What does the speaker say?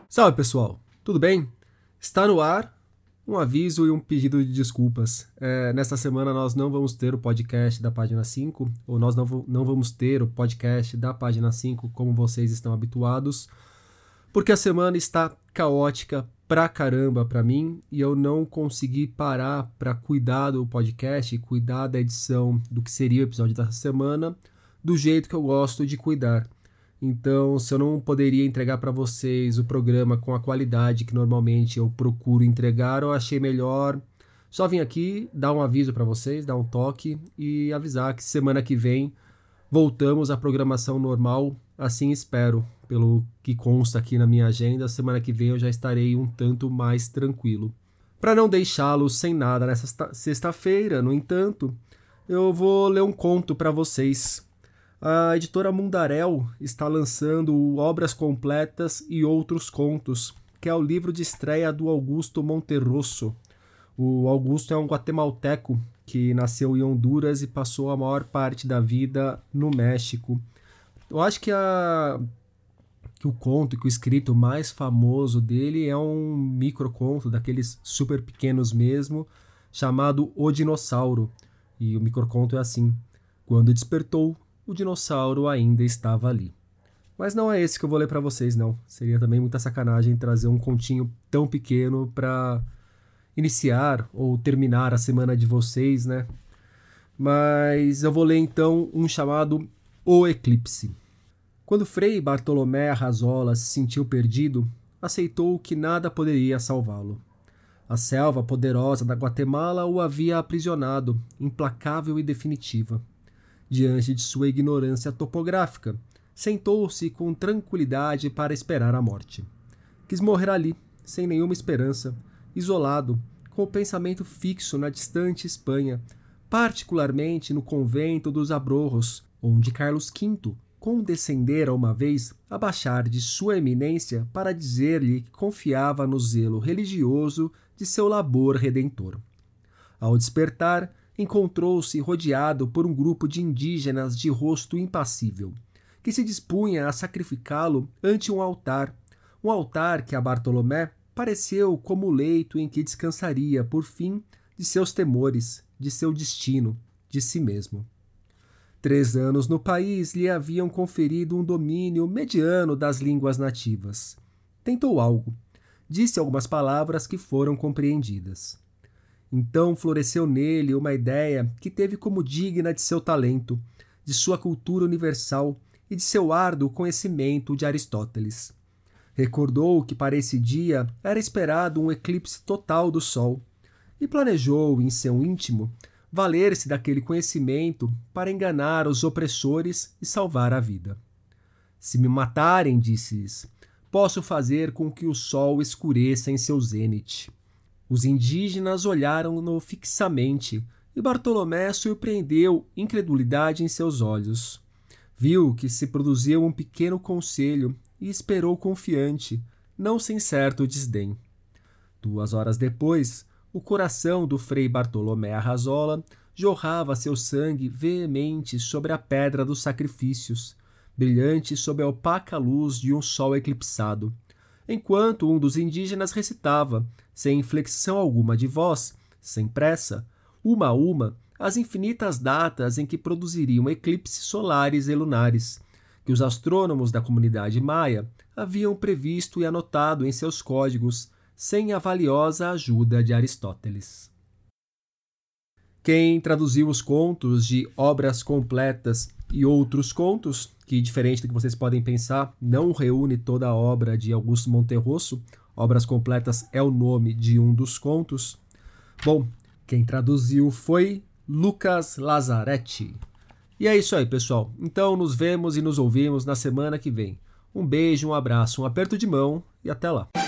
Salve pessoal, tudo bem? Está no ar um aviso e um pedido de desculpas. Nesta semana nós não vamos ter o podcast da página 5, ou nós não vamos ter o podcast da página 5 como vocês estão habituados, porque a semana está caótica pra caramba pra mim e eu não consegui parar para cuidar do podcast, cuidar da edição do que seria o episódio dessa semana do jeito que eu gosto de cuidar. Então, se eu não poderia entregar para vocês o programa com a qualidade que normalmente eu procuro entregar, eu achei melhor só vir aqui, dar um aviso para vocês, dar um toque e avisar que semana que vem voltamos à programação normal, assim espero. Pelo que consta aqui na minha agenda, semana que vem eu já estarei um tanto mais tranquilo. Para não deixá-los sem nada nessa sexta-feira, no entanto, eu vou ler um conto para vocês. A editora Mundaréu está lançando Obras Completas e Outros Contos, que é o livro de estreia do Augusto Monterroso. O Augusto é um guatemalteco que nasceu em Honduras e passou a maior parte da vida no México. Eu acho que o conto, que o escrito mais famoso dele é um microconto, daqueles super pequenos mesmo, chamado O Dinossauro. E o microconto é assim: quando despertou, o dinossauro ainda estava ali. Mas não é esse que eu vou ler para vocês, não. Seria também muita sacanagem trazer um continho tão pequeno para iniciar ou terminar a semana de vocês, né? Mas eu vou ler então um chamado O Eclipse. Quando Frei Bartolomé Arrazola se sentiu perdido, aceitou que nada poderia salvá-lo. A selva poderosa da Guatemala o havia aprisionado, implacável e definitiva. Diante de sua ignorância topográfica, sentou-se com tranquilidade para esperar a morte. Quis morrer ali, sem nenhuma esperança, isolado, com o pensamento fixo na distante Espanha, particularmente no convento dos Abrojos, onde Carlos V condescendera uma vez a baixar de sua eminência para dizer-lhe que confiava no zelo religioso de seu labor redentor. Ao despertar, encontrou-se rodeado por um grupo de indígenas de rosto impassível, que se dispunha a sacrificá-lo ante um altar que a Bartolomé pareceu como o leito em que descansaria, por fim, de seus temores, de seu destino, de si mesmo. 3 anos no país lhe haviam conferido um domínio mediano das línguas nativas. Tentou algo, disse algumas palavras que foram compreendidas. Então floresceu nele uma ideia que teve como digna de seu talento, de sua cultura universal e de seu árduo conhecimento de Aristóteles. Recordou que para esse dia era esperado um eclipse total do Sol e planejou, em seu íntimo, valer-se daquele conhecimento para enganar os opressores e salvar a vida. Se me matarem, disse-lhes, posso fazer com que o Sol escureça em seu zênite. Os indígenas olharam-no fixamente e Bartolomé surpreendeu incredulidade em seus olhos. Viu que se produziu um pequeno conselho e esperou confiante, não sem certo desdém. 2 horas depois, o coração do Frei Bartolomé Arrazola jorrava seu sangue veemente sobre a pedra dos sacrifícios, brilhante sob a opaca luz de um sol eclipsado, enquanto um dos indígenas recitava, sem inflexão alguma de voz, sem pressa, uma a uma, as infinitas datas em que produziriam eclipses solares e lunares, que os astrônomos da comunidade maia haviam previsto e anotado em seus códigos, sem a valiosa ajuda de Aristóteles. Quem traduziu os contos de Obras Completas e Outros Contos, que, diferente do que vocês podem pensar, não reúne toda a obra de Augusto Monterroso, Obras Completas é o nome de um dos contos. Bom, quem traduziu foi Lucas Lazzaretti. E é isso aí, pessoal. Então nos vemos e nos ouvimos na semana que vem. Um beijo, um abraço, um aperto de mão e até lá.